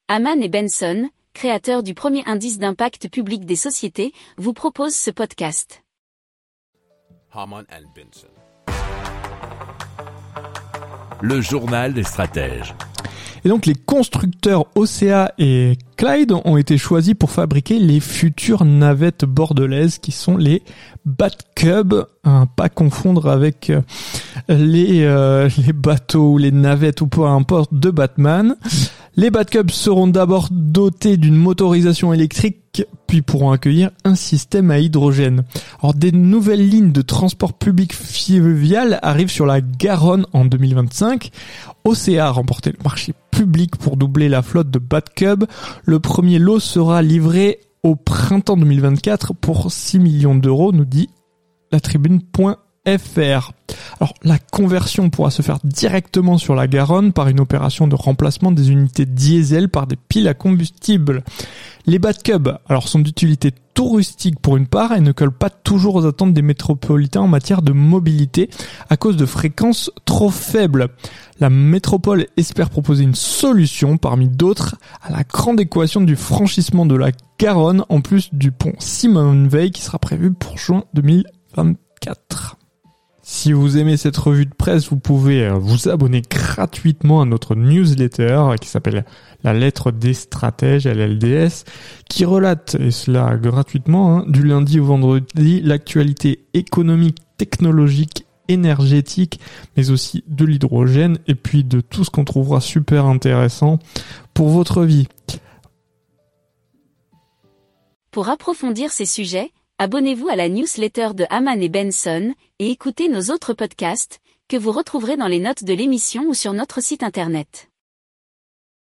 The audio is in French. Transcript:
Hamann et Benson, créateurs du premier indice d'impact public des sociétés, vous proposent ce podcast. Hamann and Benson. Le journal des stratèges. Et donc les constructeurs Ocea et Clyde ont été choisis pour fabriquer les futures navettes bordelaises qui sont les Batcub, pas confondre avec les bateaux ou les navettes ou peu importe de Batman. Les Batcub seront d'abord dotés d'une motorisation électrique, puis pourront accueillir un système à hydrogène. Alors, des nouvelles lignes de transport public fluvial arrivent sur la Garonne en 2025. Ocea a remporté le marché public pour doubler la flotte de Batcub. Le premier lot sera livré au printemps 2024 pour 6 millions d'euros, nous dit la tribune.fr. Alors, la conversion pourra se faire directement sur la Garonne par une opération de remplacement des unités diesel par des piles à combustible. Les Batcub, alors, sont d'utilité touristique pour une part et ne collent pas toujours aux attentes des métropolitains en matière de mobilité à cause de fréquences trop faibles. La métropole espère proposer une solution parmi d'autres à la grande équation du franchissement de la Garonne en plus du pont Simone Veil qui sera prévu pour juin 2024. Si vous aimez cette revue de presse, vous pouvez vous abonner gratuitement à notre newsletter qui s'appelle La Lettre des Stratèges, LLDS, qui relate, et cela gratuitement, du lundi au vendredi, l'actualité économique, technologique, énergétique, mais aussi de l'hydrogène et puis de tout ce qu'on trouvera super intéressant pour votre vie. Pour approfondir ces sujets, abonnez-vous à la newsletter de Hamann et Benson et écoutez nos autres podcasts que vous retrouverez dans les notes de l'émission ou sur notre site internet.